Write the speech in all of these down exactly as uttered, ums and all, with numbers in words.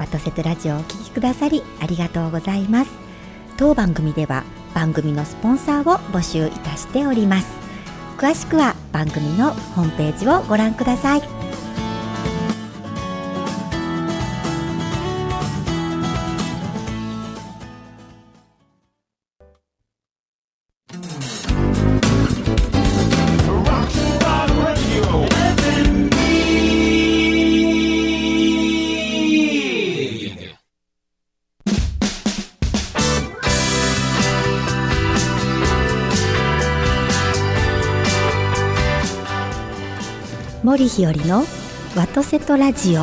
トセトラジオをお聞きくださりありがとうございます。当番組では番組のスポンサーを募集いたしております。詳しくは番組のホームページをご覧ください。森日和のワトセトラジオ。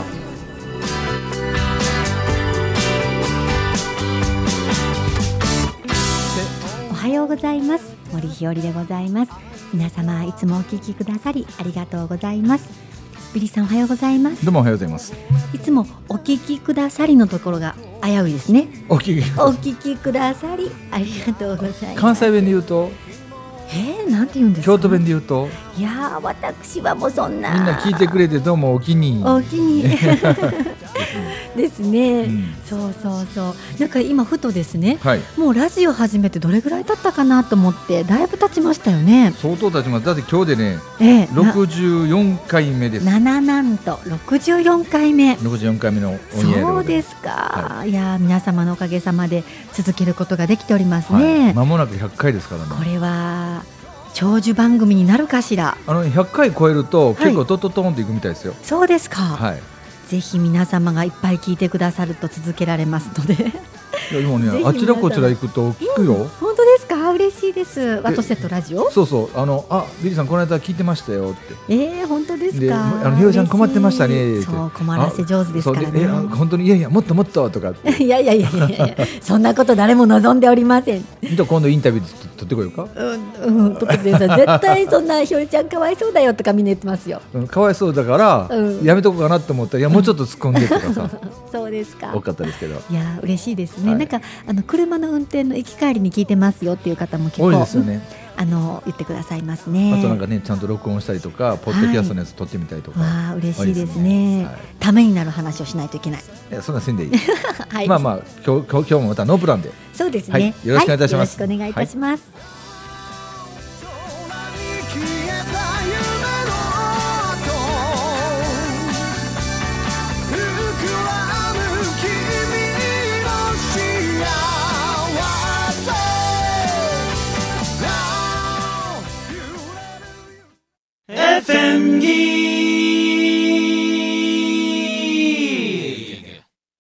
おはようございます。森日和でございます。皆様いつもお聞きくださりありがとうございます。ビリーさんおはようございます。 どうもおはようございます。 いつもお聞きくださりのところが危ういですね。 お聞きお聞きくださりありがとうございます。 関西弁で言うとえー、なんて言うんですか。 京都弁で言うと、 いや私はもうそんなみんな聞いてくれてどうもお気にお気にですね、うん、そうそうそう。なんか今ふとですね、はい、もうラジオ始めてどれぐらい経ったかなと思って、だいぶ経ちましたよね。 相当経ちます。だって今日でね、 えー、 ろくじゅうよんかいめです。 なななんとろくじゅうよんかいめろくじゅうよんかいめのオンエアでございます。 そうですか、はい、いや皆様のおかげさまで続けることができておりますね、 はい、間もなくひゃっかいですからね。 これは長寿番組になるかしら。 あのひゃっかい超えると結構トントントンっていくみたいですよ、はい、 そうですか、 はい、 ぜひ皆様がいっぱい聞いてくださると続けられますのでいやでもね、あちらこちら行くと聞くよ、うん、 本当ですか。嬉しいです。ワトセットラジオ。 そうそう、あのあビリーさんこの間聞いてましたよって。 えー、本当ですか。であのひろちゃん困ってましたねって。 そう困らせ上手ですからね。 え本当にいやいやもっともっととかっていやいやいやいやいやそんなこと誰も望んでおりません。 じゃあ今度インタビューで取ってこようか。 うんうん、とってください。絶対そんなひろちゃんかわいそうだよとかみんな言ってますよ。 うん、かわいそうだから、うん、やめとこうかなと思ったらいやもうちょっと突っ込んでとかさそうですか。 多かったですけど。 いや嬉しいですね、はい、なんかあの車の運転の行き帰りに聞いてますよっていう方も結構多いですよね。 あの言ってくださいますね。 あとなんかねちゃんと録音したりとかポッドキャストのやつ撮ってみたりとか、 はい、わあ嬉しいですね、はい、ためになる話をしないといけない。 いやそんなせんでいい、はい、まあまあ今日、今日もまたノープランで。 そうですね、 はい、よろしくお願いいたします、 はい、よろしくお願いいたします、はい。 エフエム ギー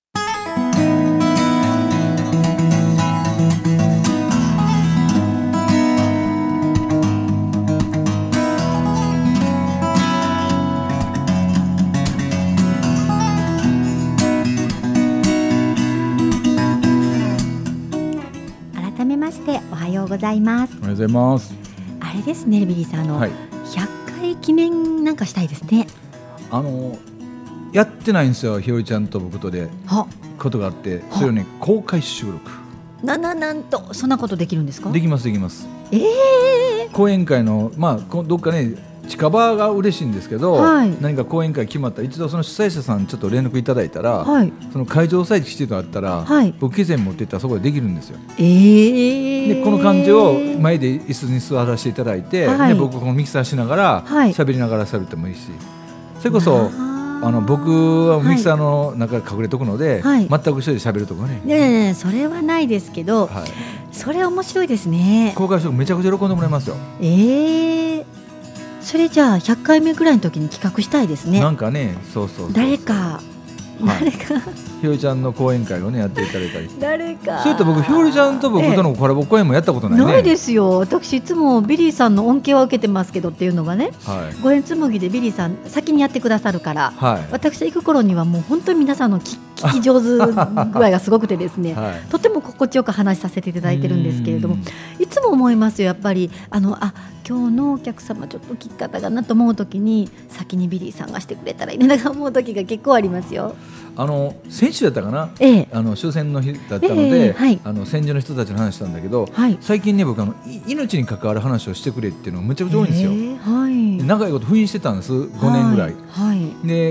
改めましておはようございます。 おはようございます。 あれですねビリーさん、あの、はい、ひゃっかい記念なんかしたいですね。 あのやってないんですよ、ひろりちゃんと僕とでことがあって、それをね公開収録。 なななんとそんなことできるんですか。 できますできます。 えー、 講演会のまあどっかね近場が嬉しいんですけど、はい、何か講演会決まったら一度その主催者さんちょっと連絡いただいたら、はい、その会場サイト来てとあったら、はい、僕機材持っていったらそこでできるんですよ、 えー、 でこの感じを前で椅子に座らせていただいて、はい、で僕このミキサーしながら喋、はい、りながら喋ってもいいし、それこそあの僕はミキサーの中で隠れとくので、はい、全く一緒で喋るとかね。 いやいやいやそれはないですけど、はい、それ面白いですね。 公開収録めちゃくちゃ喜んでもらいますよ。 えーそれじゃあひゃっかいめぐらいの時に企画したいですね。 なんかね、そうそうそうそう、 誰か、はい、誰かひよりちゃんの講演会をねやっていただいたり誰か。 そういった僕ひよりちゃんと僕とのコラボ講演もやったことないね。 ないですよ。私いつもビリーさんの恩恵は受けてますけどっていうのがね、はい、ご縁紡ぎでビリーさん先にやってくださるから、はい、私行く頃にはもう本当に皆さんの聞聞き上手具合がすごくてですね、はい、とても心地よく話させていただいてるんですけれども、いつも思いますよやっぱりあのあ今日のお客様ちょっと聞き方がなと思う時に先にビリーさんがしてくれたらいいなと思う時が結構ありますよ。 あの先週だったかな、 ええ、 あの終戦の日だったので、 ええはい、 あの戦時の人たちの話したんだけど、はい、最近ね僕あの命に関わる話をしてくれっていうのがめちゃくちゃ多いんですよ、 ええはい、 長いこと封印してたんですごねんぐらい、 はいはい、 で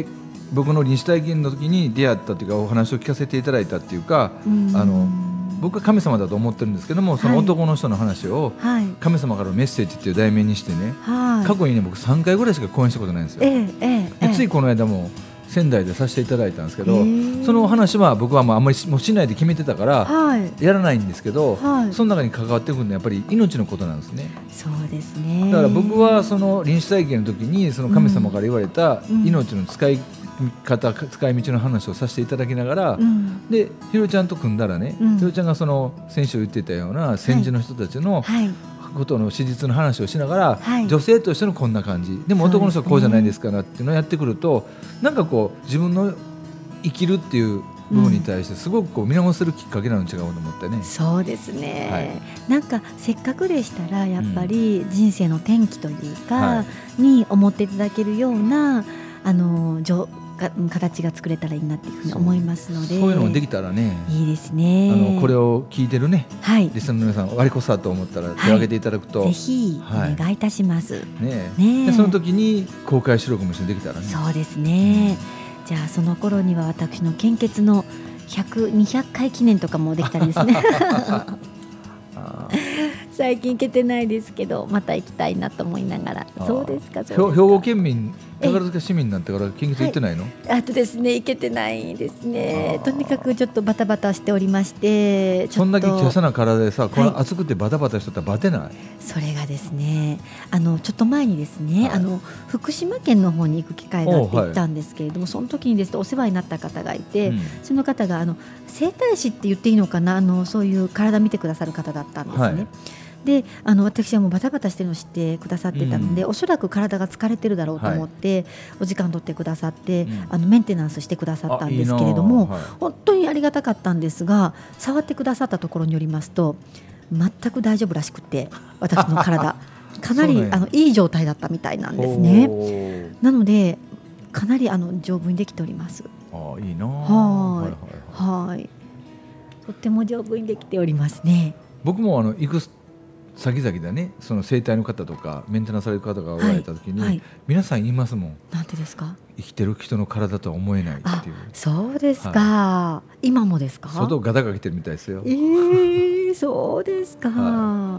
僕の臨死体験の時に出会ったというかお話を聞かせていただいたっていうか、あの僕は神様だと思ってるんですけども、その男の人の話を神様からのメッセージっていう題名にしてね、はい、過去にね僕さんかいぐらいしか講演したことないんですよ、えーえー、でついこの間も仙台でさせていただいたんですけど、その話は僕はもうあんまりもうしないで決めてたからやらないんですけど、はい、その中に関わってくるのはやっぱり命のことなんですね。 そうですね。 だから僕はその臨死体験の時にその神様から言われた命の使い方、うん、使い道の話をさせていただきながら、うん、でひろちゃんと組んだらね、うん、ひろちゃんがその先週言ってたような戦時の人たちの、はいはいことの史実の話をしながら、はい、女性としてのこんな感じでも男の人はこうじゃないですかなっていうのをやってくると、なんかこう自分の生きるっていう部分に対してすごくこう見直せるきっかけなの違うと思ってね。 そうですね、はい、なんかせっかくでしたらやっぱり人生の転機というか、はい、に思っていただけるようなあの上形が作れたらいいなっていうふうに思いますので、 そういうのができたらねいいですね。 あのこれを聞いてるね、はい、リスナーの皆さん割りこそだと思ったら手を挙げていただくと、はい、 ぜひお願いいたします、はいねね、でその時に公開収録もしてできたらね。 そうですね、うん、じゃあその頃には私の献血のひゃく、にひゃっかい記念とかもできたりですね最近行けてないですけどまた行きたいなと思いながら。そうですか、そうですか。 兵庫県民宝塚市民になってから献血行ってないの？はい、 あとですね行けてないですね。とにかくちょっとバタバタしておりまして、 そんだけ華奢な体でさ、この暑くてバタバタしとったらバテない？はい、 それがですね、あのちょっと前にですね、はい、あの福島県の方に行く機会があって行ったんですけれども、はい、その時にですねお世話になった方がいて、うん、その方があの整体師って言っていいのかな、あのそういう体見てくださる方だったんですね。はい、であの私はもうバタバタしてるのを知ってくださってたので、うん、おそらく体が疲れてるだろうと思って、はい、お時間取ってくださって、うん、あのメンテナンスしてくださったんですけれども、はい、本当にありがたかったんですが、触ってくださったところによりますと全く大丈夫らしくて、私の体かなりあのいい状態だったみたいなんですね。なのでかなりあの丈夫にできております。 あいいな。 はい、はいはい、とっても丈夫にできておりますね。 僕もあの行く先々でね、その整体の方とかメンテナンスされる方がおられた時に、はいはい、皆さん言いますもん。 なんてですか？ 生きてる人の体とは思えないっていう。 そうですか、はい、今もですか？ 相当ガタが来てるみたいですよ。 えー、そうですか、 はい、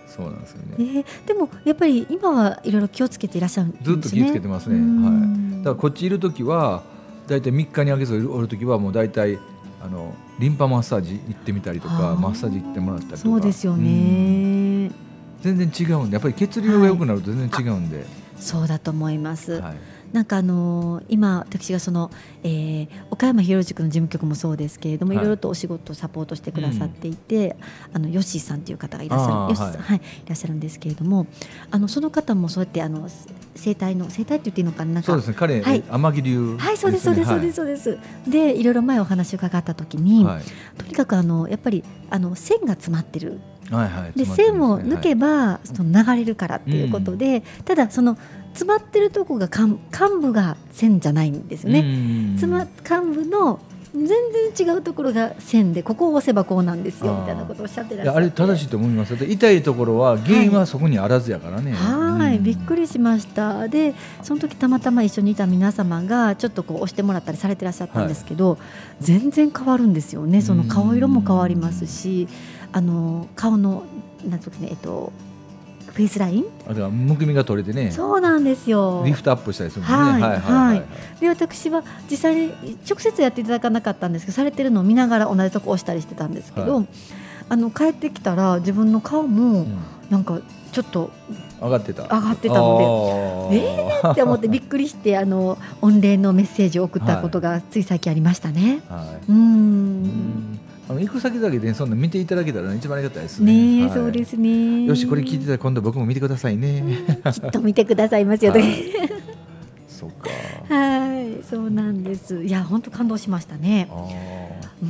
そうなんですよね。 えー、でもやっぱり今はいろいろ気をつけていらっしゃるんですね。 ずっと気をつけてますね、はい、だからこっちいる時はだいたいみっかにあげずおる時はもうだいたいあのリンパマッサージ行ってみたりとか、マッサージ行ってもらったりとか。 そうですよね、 全然違うんで、やっぱり血流が良くなると全然違うんで、はい、 そうだと思います、はい、なんかあのー、今私がその、えー、岡山広塾の事務局もそうですけれども、はい、いろいろとお仕事をサポートしてくださっていて、うん、あのヨッシーさんという方がいらっしゃる、ヨッシーさん、はい、いらっしゃるんですけれども、あのその方もそうやってあの整体の整体って言っていいのかな、なんかそうですね、彼、はい、天城流、 はい、そうですそうですそうですそうです。でいろいろ前お話を伺った時に、はい、とにかくあのやっぱりあの線が詰まってる。はいはい、で線を抜けば、はい、その流れるからっていうことで、うん、ただその詰まってるとこが幹部が線じゃないんですよね。つま幹部の全然違うところが線で、ここを押せばこうなんですよみたいなことをおっしゃってらっしゃって、 あれ正しいと思います。痛いところは原因はそこにあらずやからね。 はい、はい、びっくりしました。でその時たまたま一緒にいた皆様がちょっとこう押してもらったりされてらっしゃったんですけど、はい、全然変わるんですよね。その顔色も変わりますし、あの顔のなんとかね、えっとフェイスライン、 あれはむくみが取れてね。 そうなんですよ。 リフトアップしたりするもんね。 はいはいはい、はい、で私は実際に直接やっていただかなかったんですけど、されてるのを見ながら同じとこ押したりしてたんですけど、はい、あの帰ってきたら自分の顔もなんかちょっと上がってた上がってたので、えーって思ってびっくりしてあの御礼のメッセージを送ったことがつい最近ありましたね。はい、うーんうんあの行く先々でそんな見ていただけたら、ね、一番ありがたいですね。 ね、はい、そうですね。 よし、これ聞いてたら今度僕も見てくださいね。 きっと見てくださいますよね。はい、 そうか。 はい、そうなんです。いや本当感動しましたね。あ、 うん、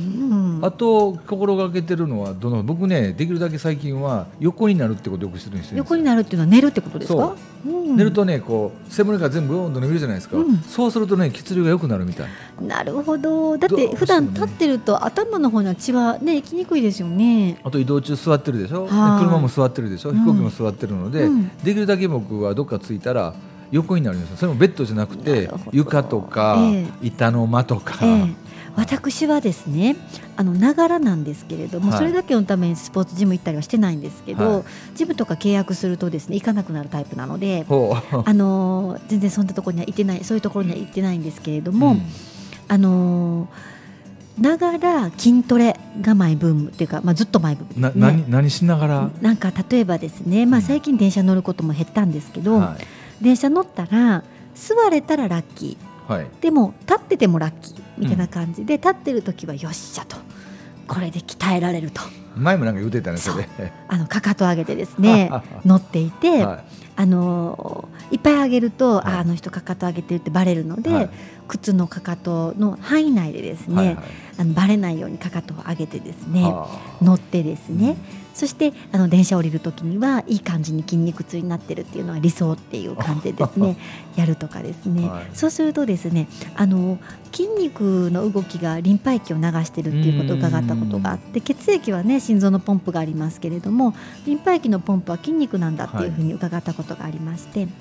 あと心がけてるのはどの、僕ねできるだけ最近は横になるってことをよくしてるんですよ。 横になるっていうのは寝るってことですか？ そう、うん、寝るとねこう背骨が全部どんどん伸びるじゃないですか、うん、そうするとね血流が良くなるみたい。 なるほど。だって普段立ってると頭の方には血はね行きにくいですよね。 あと移動中座ってるでしょ、車も座ってるでしょ、飛行機も座ってるので、うん、できるだけ僕はどっか着いたら横になるんですよ。それもベッドじゃなくて床とか、えー、板の間とか、えー、 私はですねあのながらなんですけれども、はい、それだけのためにスポーツジム行ったりはしてないんですけど、はい、ジムとか契約するとですね行かなくなるタイプなのであの全然そんなところには行ってないそういうところには行ってないんですけれども、うん、あのながら筋トレがマイブームっていうか、まあ、ずっとマイブーム、ね、 な 何, 何しながらなんか例えばですね、まあ、最近電車乗ることも減ったんですけど、はい、電車乗ったら座れたらラッキー、はい、でも立っててもラッキーみたいな感じで、うん、立ってる時はよっしゃとこれで鍛えられると前もなんか言ってたねそれあのかかと上げてですね乗っていて、はい、あのいっぱい上げると、はい、あ, あの人かかと上げてるってバレるので、はい、靴のかかとの範囲内でですね、はいはい、あのバレないようにかかとを上げてですね乗ってですね、うん、そしてあの電車降りる時にはいい感じに筋肉痛になってるっていうのは理想っていう感じでですねやるとかですね、はい、そうするとですねあの筋肉の動きがリンパ液を流してるっていうことを伺ったことがあって、血液はね心臓のポンプがありますけれどもリンパ液のポンプは筋肉なんだっていうふうに伺ったことがありまして、はい、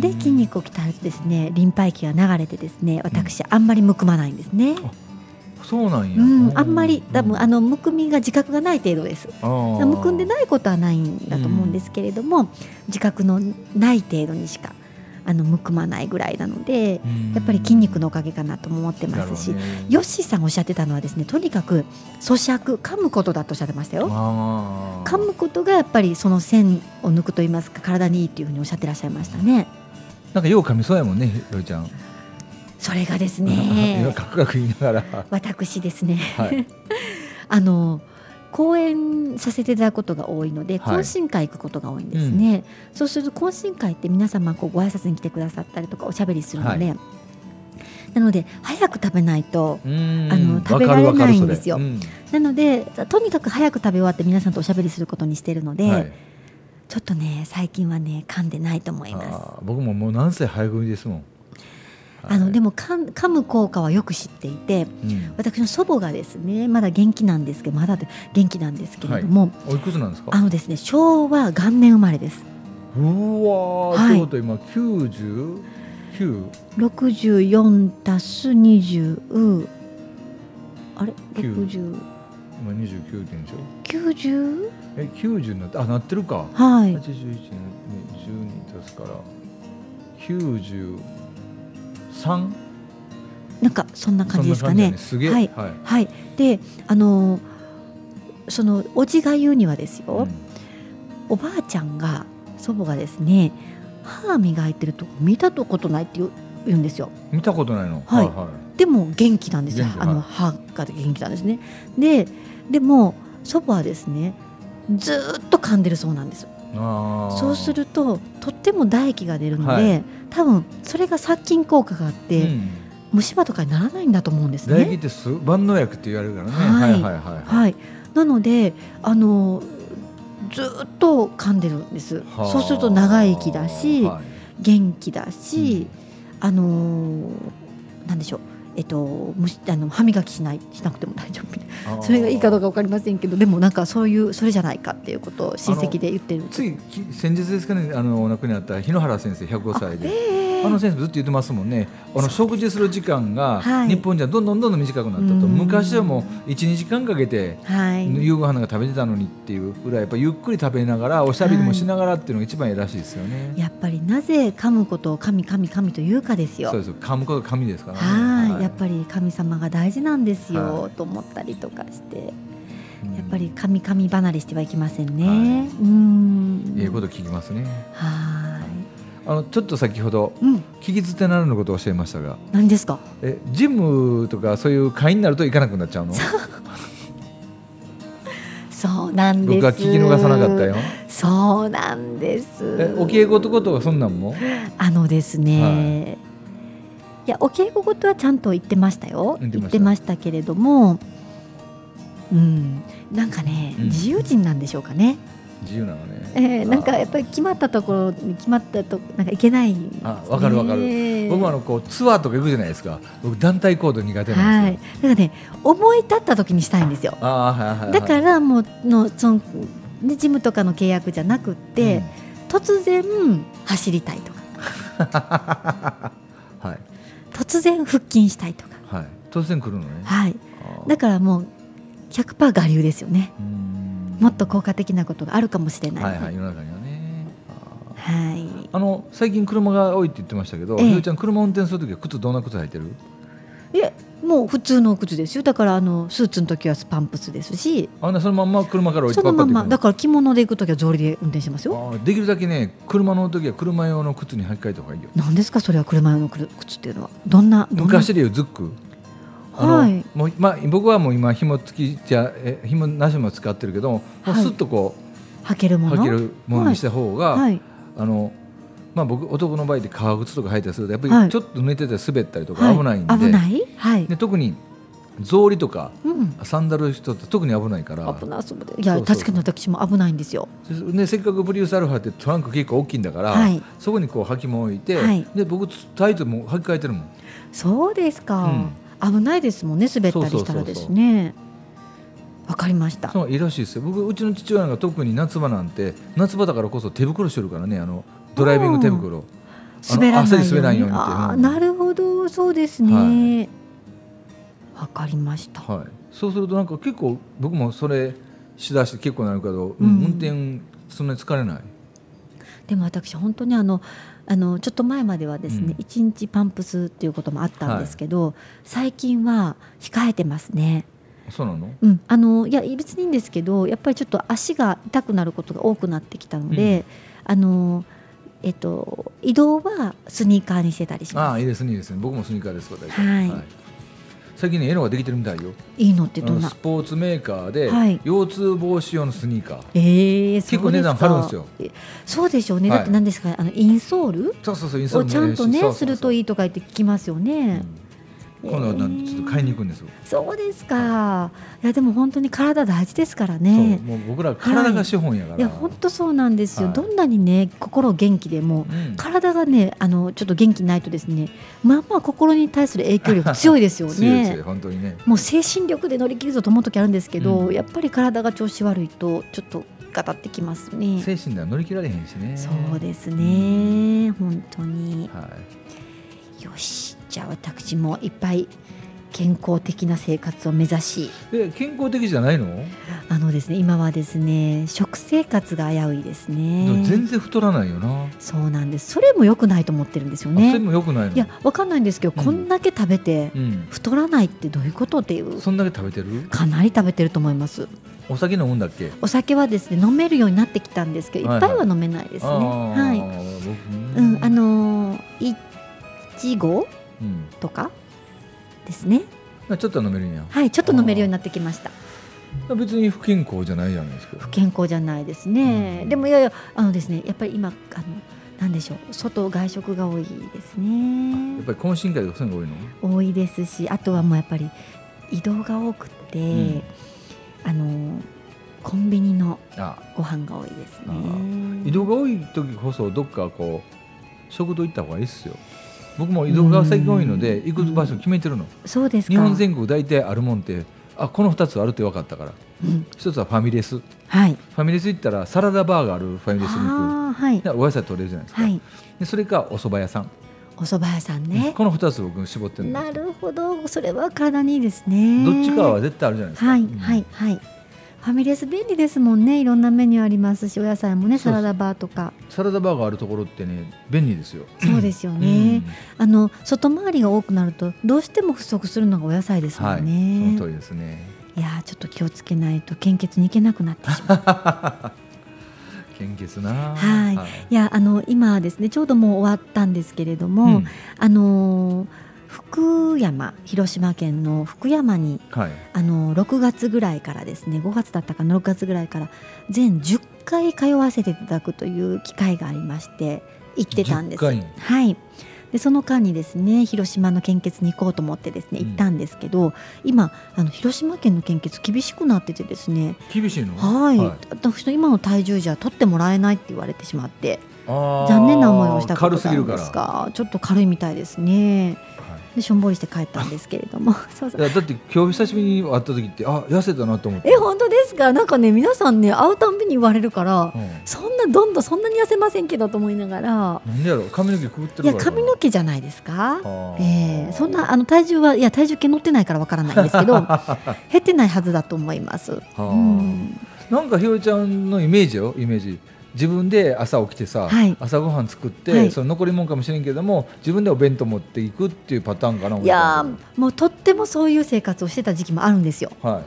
で筋肉を鍛えるとですねリンパ液が流れてですね私あんまりむくまないんですね。 そうなんや、 うん、あんまり多分あのむくみが自覚がない程度です。むくんでないことはないんだと思うんですけれども、うん、自覚のない程度にしかあのむくまないぐらいなので、やっぱり筋肉のおかげかなとも思ってますし、ヨッシーさんおっしゃってたのはですねとにかく咀嚼噛むことだとおっしゃってましたよ。噛むことがやっぱりその線を抜くといいますか体にいいっていうふうにおっしゃってらっしゃいましたね。 なんかよう噛みそうやもんねよいちゃん。 それがですね今カクカク言いながら私ですね、はい、あの講演させていただくことが多いので懇親会行くことが多いんですね、はいうん、そうすると懇親会って皆様こうご挨拶に来てくださったりとかおしゃべりするので、はい、なので早く食べないとあの食べられないんですよ、うん、なのでとにかく早く食べ終わって皆さんとおしゃべりすることにしているので、はい、ちょっとね最近はね噛んでないと思います。 あ僕ももう何歳早食いですもん。 あのでも噛噛む効果はよく知っていて、うん、私の祖母がですねまだ元気なんですけどまだ元気なんですけれども、はい、 おいくつなんですか？ あのですね昭和元年生まれです。 うわー、はい、ということ今きゅうじゅうきゅうろくじゅうよんたすにじゅうあれろくじゅう今にじゅうきゅうてんでしょきゅうじゅうえきゅうじゅうになってあなってるかはいはちじゅういちにじゅうに足すからきゅうじゅうさんなんかそんな感じですかね。 すげえ、 はいはいはい、であのそのおじが言うにはですよ、うん、おばあちゃんが祖母がですね歯磨いてるとこ見たことないって言うんですよ。 見たことないの、 はいはいはい、でも元気なんですよ。あの歯が元気なんですね。ででも祖母はですねずっと噛んでるそうなんです。あそうするととっても唾液が出るので、はい、多分それが殺菌効果があって、うん、虫歯とかにならないんだと思うんですね。 唾液って万能薬って言われるからね。はいはいはいはい、はい、 なのであのずっと噛んでるんです。そうすると長生きだし、はい、元気だし、うん、あのなんでしょうえっと、あの歯磨きしないしなくても大丈夫みたいなそれがいいかどうか分かりませんけどでもなんかそういうそれじゃないかっていうことを親戚で言ってる。 つい先日ですかねあのお亡くなりになった日野原先生ひゃくごさいで あ,、えー、あの先生ずっと言ってますもんね。あの食事する時間が日本じゃどんどんどんどん短くなったと、はい、昔はもう いちにじかんかけて夕ご飯なんか食べてたのにっていうぐらいやっぱゆっくり食べながらおしゃべりもしながらっていうのが一番いいらしいですよね、はい、 やっぱりなぜ噛むことを神神神というかですよ。 そうです噛むことが神ですからね。 はい、 はい、 やっぱり神様が大事なんですよ、はい、と思ったりとかしてやっぱり神々離れしてはいけませんね、はい、うんいいこと聞きますね。 はいあのちょっと先ほど、うん、聞き捨てならぬことをおっしゃいましたが何ですか？ えジムとかそういう会員になると行かなくなっちゃうの？ そうなんです。 僕は聞き逃さなかったよ。 そうなんです。 えお稽古とことかそんなんもあのですね、はいいやお稽古事はちゃんと言ってましたよ。言ってましたけれども、うん、なんかね、うん、自由人なんでしょうかね。 自由なのね、 えー、なんかやっぱり決まったところに決まったとなんかいけない、ね、 あ分かる分かる。僕はあのこうツアーとか行くじゃないですか。僕団体行動苦手なんですよ。 はい、だからね思い立った時にしたいんですよ。 あ、はいはいはい、 だからもうのそのジムとかの契約じゃなくって、うん、突然走りたいとかはい、 突然腹筋したいとか、 はい、突然来るのね、 はい、だからもう ひゃくパーセント 我流ですよね。もっと効果的なことがあるかもしれない、 はいはい、世の中にはね。 はい、 あの最近車が多いって言ってましたけど、ひよちゃん車運転するときは靴どんな靴履いてる？ いえ、もう普通の靴ですよ。だからあのスーツの時はパンプスですし、 あそのまんま車から置いてそのまま、だから着物で行く時は草履で運転しますよ。 あできるだけね、車の時は車用の靴に履き替えた方がいいよ。 何ですかそれは？車用の靴っていうのはどんな？どんな昔でいうズック、 はい、 もうまあ、僕はもう今紐付きじゃえ紐なしも使ってるけども、はい、もうスッとこう履けるもの履けるものにした方が、 はい、 あのまあ、僕男の場合で革靴とか履いたりするとやっぱりちょっと濡れてて滑ったりとか危ないんで、はい、 危ない、はい、 で特に草履とか、うん、サンダル人って特に危ないから。 危ない、そういや、確かに私も危ないんですよ。 でせっかくプリウスアルファってトランク結構大きいんだから、はい、そこにこう履物置いて、はい、で僕タイトも履き替えてるもん。 そうですか、うん、危ないですもんね、滑ったりしたらですね。わかりました。 そういいらしいですよ。僕うちの父親が特に夏場なんて夏場だからこそ手袋してるからね、あのドライビング手袋、 滑らないように、 滑らないようにって。 あ、なるほど、そうですね。わ、はい、かりました、 はい、そうするとなんか結構僕もそれしだして結構なるけど、うん、運転そんなに疲れない。 でも私本当にあのあのちょっと前まではですね、うん、いちにちパンプスっていうこともあったんですけど、はい、最近は控えてますね。 そうなの？ うん、あのいや別にいいんですけど、やっぱりちょっと足が痛くなることが多くなってきたので、うん、あのえっと、移動はスニーカーにしてたりします。 ああ、いいですね、いいですね。僕もスニーカーです。 はい、はい、 最近ね、ええのができてるみたいよ。 いいのってどんな？ スポーツメーカーで、はい、腰痛防止用のスニーカー、 えー、 結構値段張るんですよ。 そうでしょうね、はい、だって何ですか、あのインソールそうそうそう、インソールをちゃんとねするといいとか言って聞きますよね。 うん、今度はちょっと買いに行くんですよ。 そうですか、はい、いやでも本当に体大事ですからね。 そう、もう僕ら体が資本やから、はい、 いや本当そうなんですよ、はい、どんなにね心元気でも、うん、体がねあのちょっと元気ないとですね、まあまあ心に対する影響力強いですよね。 強いですよ、本当にね。 もう精神力で乗り切るぞと思う時あるんですけど、うん、やっぱり体が調子悪いとちょっとガタってきますね。 精神では乗り切られへんしね。 そうですね、うん、本当に、 はい、 よし、じゃあ私もいっぱい健康的な生活を目指し。 え、健康的じゃないの？ あのですね、今はですね食生活が危ういですね。 全然太らないよな。 そうなんです。それも良くないと思ってるんですよね。 それも良くないの？ いや分かんないんですけど、うん、こんだけ食べて太らないってどういうことっていう、 うん、そんだけ食べてる？かなり食べてると思います。 お酒飲むんだっけ？ お酒はですね飲めるようになってきたんですけど、はいはい、いっぱいは飲めないですね。はい、うん、あのー、いちごとかですね、 ちょっと飲めるんや。 はい、ちょっと飲めるようになってきました。 別に不健康じゃないじゃないですか。 不健康じゃないですね、うん、でもいやいやあのですね、やっぱり今あのなんでしょう、外外食が多いですね。 やっぱり懇親会とかそういうのが多いの？多いですし、あとはもうやっぱり移動が多くて、うん、あのコンビニのご飯が多いですね。 移動が多い時こそどっかこう食堂行った方がいいですよ。僕も移動が最近多いので行く場所決めてるの、 うん、そうですか。 日本全国大体あるもんってあこのふたつあるって分かったから、うん、一つはファミレス、はい、ファミレス行ったらサラダバーがあるファミレスに行く、はい、お野菜取れるじゃないですか、はい、でそれかお蕎麦屋さん、 お蕎麦屋さんね、 このふたつ僕絞ってるんです。 なるほど、それは体にいいですね。 どっちかは絶対あるじゃないですか。 はい、うん、はいはいファミレス便利ですもんね。いろんなメニューありますし、お野菜もね、サラダバーとかサラダバーがあるところってね便利ですよ。 そうですよね、うん、あの外回りが多くなるとどうしても不足するのがお野菜ですもんね、 はい、その通りですね。 いやちょっと気をつけないと献血に行けなくなってしまう献血な、 はい、はい、いやあの今ですねちょうどもう終わったんですけれども、うん、あのー福山、広島県の福山に、はい、あのろくがつぐらいからですね、ごがつだったかな、ろくがつぐらいから全じゅっかい通わせていただくという機会がありまして行ってたんです。はい、でその間にですね広島の献血に行こうと思ってですね行ったんですけど、うん、今あの広島県の献血厳しくなっててですね。 厳しいの？ はい、はい、私の今の体重じゃ取ってもらえないって言われてしまって残念な思いをしたことがあるんですが、ちょっと軽いみたいですね。 でしょんぼりして帰ったんですけれどもそうそうだって今日久しぶりに会った時ってあ痩せたなと思って。 え本当ですか。なんかね皆さんね会うたんびに言われるから、うん、そんなどんどんそんなに痩せませんけどと思いながら。 なんでやろう髪の毛くぐってるから。 いや髪の毛じゃないですか。えー、そんなあの体重はいや体重計乗ってないからわからないんですけど減ってないはずだと思います。うん、 なんかひよりちゃんのイメージよイメージ。自分で朝起きてさ、はい、朝ごはん作って、はい、その残りもんかもしれんけども自分でお弁当持っていくっていうパターンかな。 いやもうとってもそういう生活をしてた時期もあるんですよ、はい、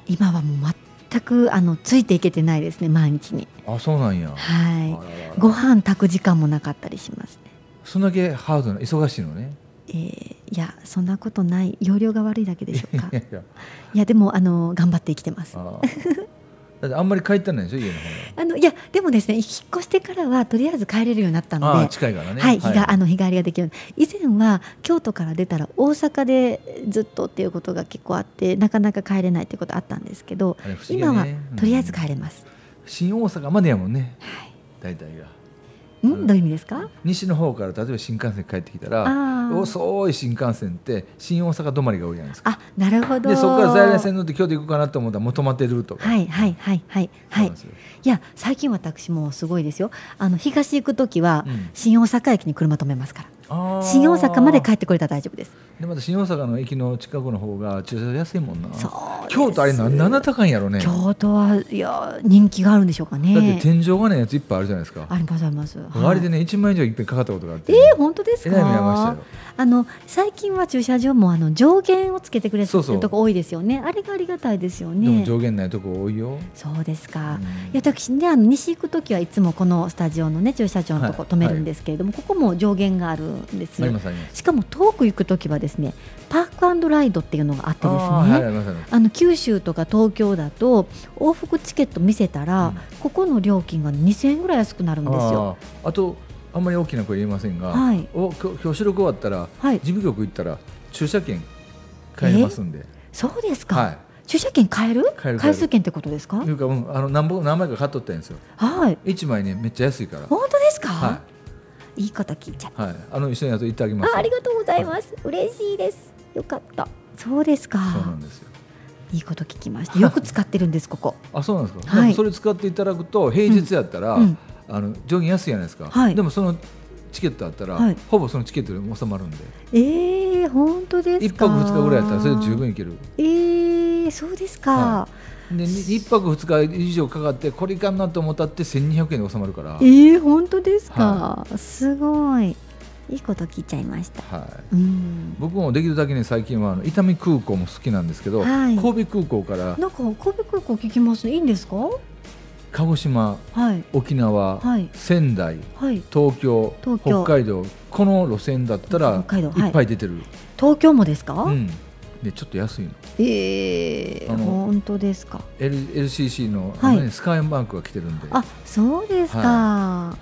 今はもう全くあのついていけてないですね毎日に。 あそうなんや、 はい、あらららご飯炊く時間もなかったりしますね。 そんだけハードな忙しいのね。 えー、いやそんなことない容量が悪いだけでしょうかいやいやいやでもあの頑張って生きてます。あだってあんまり帰ってないでしょ家の方あのいやでもですね引っ越してからはとりあえず帰れるようになったので。 あ近いからね、 はい日が、はい、あの日帰りができる。以前は京都から出たら大阪でずっとっていうことが結構あってなかなか帰れないっていうことあったんですけど、ね、今はとりあえず帰れます、うん、 新大阪までやもんね、はい、大体がんどういう意味ですか。 西の方から例えば新幹線帰ってきたら遅い新幹線って新大阪止まりが多いじゃないですか。 あなるほど。 でそこから在来線乗って京都行くかなと思ったらもう止まってるとか。 はいはいはいはいはい。いや最近私もすごいですよ。あの東行くときは、うん、新大阪駅に車止めますから。新大阪まで帰ってこれたら大丈夫です。 でまた新大阪の駅の近くの方が駐車場安いもんな。そう京都あれなんであんな高いんやろね。 京都はいや人気があるんでしょうかね。 だって天井がねやついっぱいあるじゃないですか。 ありますあります、 はい、あれでねいちまんえん以上いっぺんかかったことがあって、 ね、えー、本当ですか。 えらい目合いましたよ。 あの最近は駐車場もあの上限をつけてくれてるとこ多いですよね。あれがありがたいですよね。 でも上限ないとこ多いよ。 そうですか、うん、いや私ねあの西行くときはいつもこのスタジオのね駐車場のとこ止めるんですけれども、はいはい、ここも上限があるんですよ。しかも遠く行くときはですねパーク&ライドっていうのがあってですね、あ、はい、あの九州とか東京だと往復チケット見せたら、うん、ここの料金がにせんえんぐらい安くなるんですよ。 あ, あとあんまり大きな声言えませんが、はい、お今日収録終わったら、はい、事務局行ったら駐車券買えますんで。 そうですか、 はい、 駐車券買える買える回数券ってことですか。 いうか、うん、あの 何, 何枚か買っとったんですよ、はい、いちまいねめっちゃ安いから。 本当ですか、 はい、 いいこと聞いちゃった、 はい、あの一緒に行ってあげます。 あ, ありがとうございます、はい、嬉しいです。よかった。そうですか。 そうなんですよ。 いいこと聞きました。よく使ってるんですここ。 あそうなんですか、はい、それ使っていただくと平日やったら、うんうん、あの上限安いじゃないですか、はい、でもそのチケットあったら、はい、ほぼそのチケットで収まるんで。 えー、本当ですか。 いっぱくふつかぐらいやったらそれで十分いける。 えー、そうですか、はい、でいっぱくふつか以上かかってこれいかんなと思ったってせんにひゃくえんで収まるから。 えー、本当ですか、はい、すごいいいこと聞いちゃいました、はい、うん、 僕もできるだけね最近はあの伊丹空港も好きなんですけど、はい、神戸空港からなんか神戸空港聞きますね。いいんですか。 鹿児島、はい、沖縄、はい、仙台、はい、東京、東京北海道この路線だったらいっぱい出てる、はい、 東京もですか、 うん、でちょっと安いの。 えー、本当ですか。 L エルシーシー の, あの、ね、はい、スカイバンクが来てるんで。 あそうですか、はい、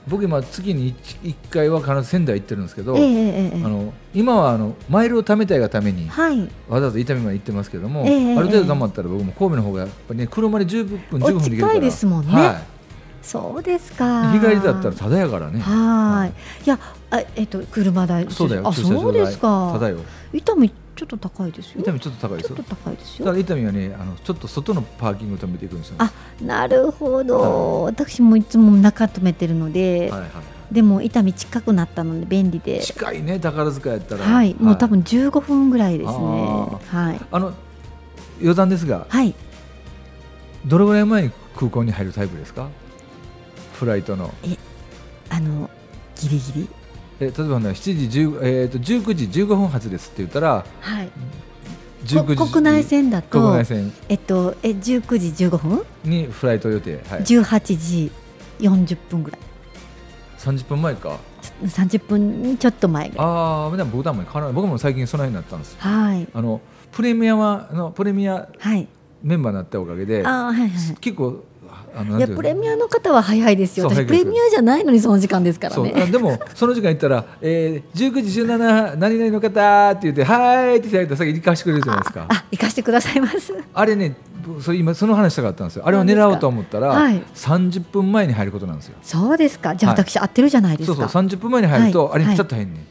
僕今月に いっかいは必ず仙台行ってるんですけど、えーえー、あの今はあのマイルを貯めたいがために、はい、わざわざ伊丹まで行ってますけども、えー、ある程度頑張ったら僕も神戸の方がやっぱり、ね、車でじゅっぷんじゅうごふんで行けるから。 近いですもんね、はい、そうですか。 日帰りだったらただやからね。 はい、いやあ、えっと、車代そうだよ。 あそうですか。 ただよ。 伊丹ちょっと高いですよ。 伊丹ちょっと高いですよ。 ちょっと高いですよ。 だから伊丹はねあのちょっと外のパーキングを止めていくんですよ、ね、 あなるほど、はい、私もいつも中止めてるので、はいはい、でも伊丹近くなったので便利で。 近いね宝塚やったら、 はい、もう多分じゅうごふんぐらいですね。あ、はい、 あの余談ですが、はい、どれぐらい前に空港に入るタイプですか。フライトのえあのギリギリえ例えば、ね、しちじじゅう、えー、とじゅうくじじゅうごふん発ですって言ったら、はい、 じゅうくじ国内線だと国内線、 えっと、えじゅうくじじゅうごふんにフライト予定、はい、 じゅうはちじよんじゅっぷんぐらい。 さんじゅっぷんまえか。 さんじゅっぷんちょっと前ぐらい。 ああ、でも僕も変わらない。僕も最近その辺になったんです。 はい、 あのプレミアはのプレミアメンバーになったおかげで、あ、はいはい、結構あのいやプレミアの方は早いですよ。私プレミアじゃないのにその時間ですからね。 そうでもその時間行ったら、えー、じゅうくじじゅうなな何々の方って言ってはいって言って先に行かしてくれるじゃないですか。 ああ行かしてくださいます。 あれねそれ今その話したかったんですよ。あれを狙おうと思ったら、はい、さんじゅっぷんまえに入ることなんですよ。 そうですか。じゃあ私、はい、合ってるじゃないですか。 そうそうさんじゅっぷんまえに入ると、はい、あれピタッと入んねん、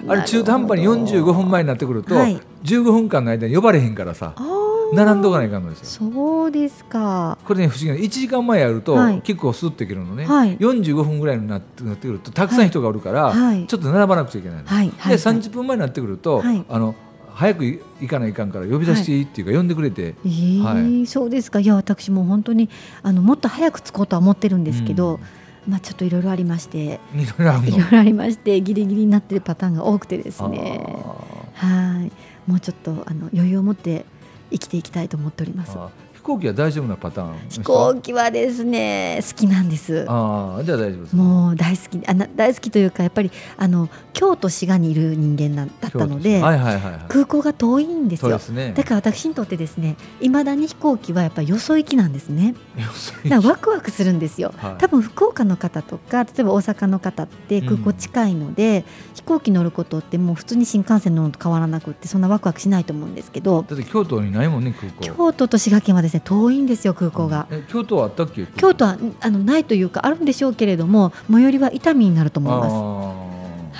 あれ中途半端によんじゅうごふんまえになってくると、はい、じゅうごふんかんの間に呼ばれへんからさ並んどかないかんのですよ。 そうですか。 これね不思議な、いちじかんまえやると、はい、結構スッといけるのね、はい、よんじゅうごふんぐらいになってくるとたくさん人がおるから、はい、ちょっと並ばなくちゃいけないの、はいはい、でさんじゅっぷんまえになってくると、はい、あの早く行かないかんから呼び出していいっていうか、はい、呼んでくれて、 えーはい、そうですか。いや私も本当にあのもっと早く着こうとは思ってるんですけど、うん、まあ、ちょっといろいろありましていろいろありましてギリギリになってるパターンが多くてですね、はい、もうちょっとあの余裕を持って生きていきたいと思っております。 飛行機は大丈夫なパターン？ 飛行機はですね好きなんです。 ああ、じゃあ大丈夫です。 もう大好き、あな大好きというかやっぱりあの京都滋賀にいる人間だったので、はいはいはいはい、空港が遠いんですよ。そうですね。だから私にとってですねいまだに飛行機はやっぱりよそ行きなんですね。よそ行き。だからワクワクするんですよ、はい、多分福岡の方とか例えば大阪の方って空港近いので、うん、飛行機乗ることってもう普通に新幹線乗るのと変わらなくってそんなワクワクしないと思うんですけど、 だって京都にないもんね空港。 京都と滋賀県はですね遠いんですよ空港が、 うん、え京都はあったっけ？ 京都はあのないというかあるんでしょうけれども最寄りは伊丹になると思います。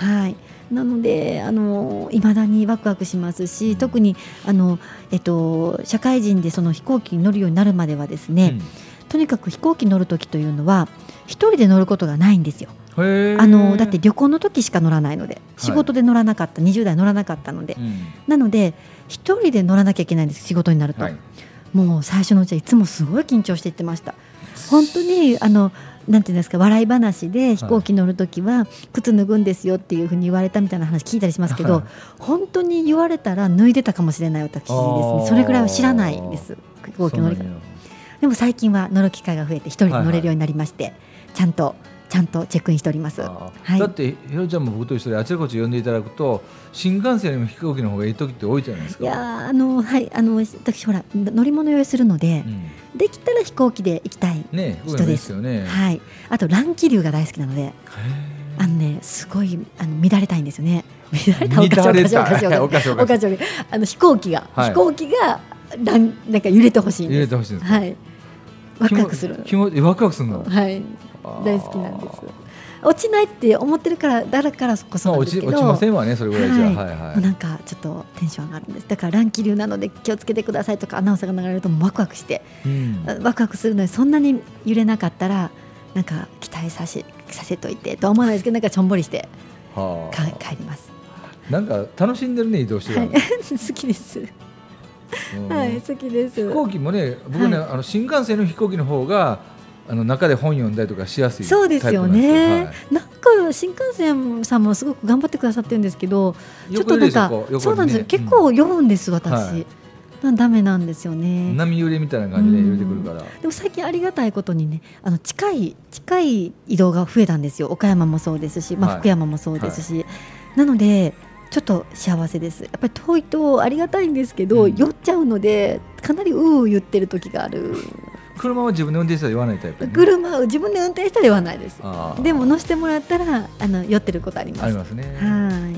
はい、なのであの未だにワクワクしますし、特にあの、えっと、社会人でその飛行機に乗るようになるまではですね、うん、とにかく飛行機乗るときというのは一人で乗ることがないんですよ。あのだって旅行の時しか乗らないので、仕事で乗らなかった、はい、にじゅう代乗らなかったので、うん、なので一人で乗らなきゃいけないんです。仕事になると、はい、もう最初のうちはいつもすごい緊張していってました。本当にあのなんていうんですか、笑い話で飛行機乗るときは靴脱ぐんですよっていうふうに言われたみたいな話聞いたりしますけど、はい、本当に言われたら脱いでたかもしれない私ですね。それぐらいは知らないです飛行機乗り方。でも最近は乗る機会が増えて一人で乗れるようになりまして、はいはい、ちゃんとちゃんとチェックインしております。はい、 だってひろちゃんも僕と一緒であちらこち呼んでいただくと新幹線よりも飛行機の方がいい時って多いじゃないですか。 いやあの、はい、あの私ほら乗り物用意するので、うん、できたら飛行機で行きたい人です。ね、ですよね。はい、あと乱気流が大好きなので、あのねすごいあの乱れたいんですよね。乱れたおかしいおかしいおかしいおかしいおかしいあの飛行機が、はい、飛行機が乱なんか揺れてほしいんです。揺れてほしいんです。はい。ワクワクする。 気もワクワクするの。 はい。大好きなんです。落ちないって思ってるからだからこそなんですけど、 まあ、落ち、落ちませんわねそれぐらいじゃ、はいはいはい、 なんかちょっとテンション上がるんです。だから乱気流なので気をつけてくださいとかアナウンサーが流れるとワクワクして、うん、ワクワクするのでそんなに揺れなかったらなんか期待させさせといてとは思わないですけど、なんかちょんぼりしては帰ります。 なんか楽しんでるね移動してる、はい、 好きです。はい、好きです。 飛行機もね僕ね、はい、あの新幹線の飛行機の方があの中で本読んだりとかしやすいタイプなんですよ。そうですよね、はい、なんか新幹線さんもすごく頑張ってくださってるんですけど、ちょっとなんか、ね、そうなんですよ、結構読むんです私、はい、ダメなんですよね。 波揺れみたいな感じで揺れてくるから。 でも最近ありがたいことにねあの近い近い移動が増えたんですよ。岡山もそうですし、まあ、福山もそうですし、はいはい、なのでちょっと幸せです。やっぱり遠いとありがたいんですけど、うん、酔っちゃうのでかなりうー言ってる時がある。 車は自分で運転したら言わないタイプ、ね、 車は自分で運転したら言わないです。でも乗せてもらったらあの酔ってることあります。 ありますね。はい。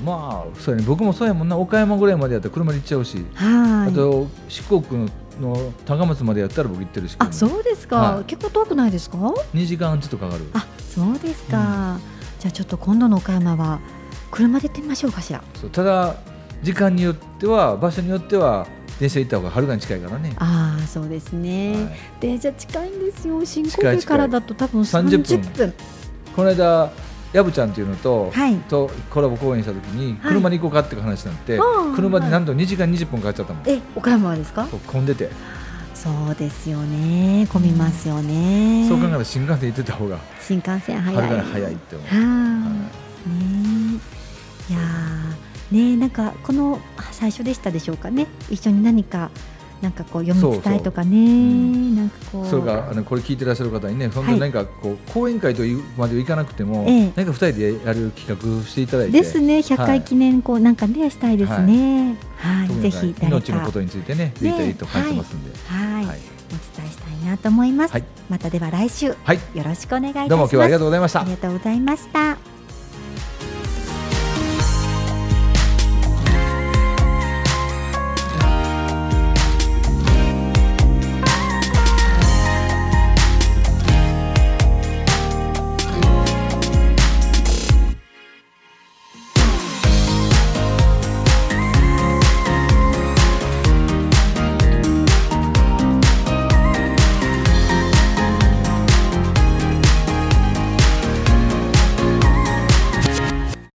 まあそうやね、僕もそうやもんな。岡山ぐらいまでやったら車で行っちゃうし、はい。あと四国の高松までやったら僕行ってるし。 あ、そうですか、はい、結構遠くないですか？ にじかんちょっとかかる。 あ、そうですか、うん、じゃあちょっと今度の岡山は車で行ってみましょうかしら。 そう、ただ時間によっては場所によっては電車行った方がはるかに近いからね。 ああ、そうですね、はい、電車近いんですよ。新神戸からだと多分さんじゅっぷん。 この間やぶちゃんっていうの と,、はい、とコラボ公演した時に車に行こうかって話になって、はい、車でなんとにじかんにじゅっぷんかかっちゃったもん。 え、岡山はですか？ 混んでて。 そうですよね、混みますよね、 うん、そう考えたら新幹線行ってた方が新幹線早い、はるかに早いって思う。は、 はい、ね、いやね、なんかこの最初でしたでしょうかね、一緒に何かなんかこう読み伝えとかね、うん、なんかこうそれがあのこれ聞いてらっしゃる方にね、本当に何かこう、はい、講演会というまではいかなくても、ええ、何かふたりでやる企画していただいてですね、ひゃっかい記念こうなんかねしたいですね。はい、はい、ぜひ誰か命のことについてねできたらいいと感じますんで、 はい、はいはい、お伝えしたいなと思います。はい、またでは来週、はい、よろしくお願いいたします。 どうも今日はありがとうございました。 ありがとうございました。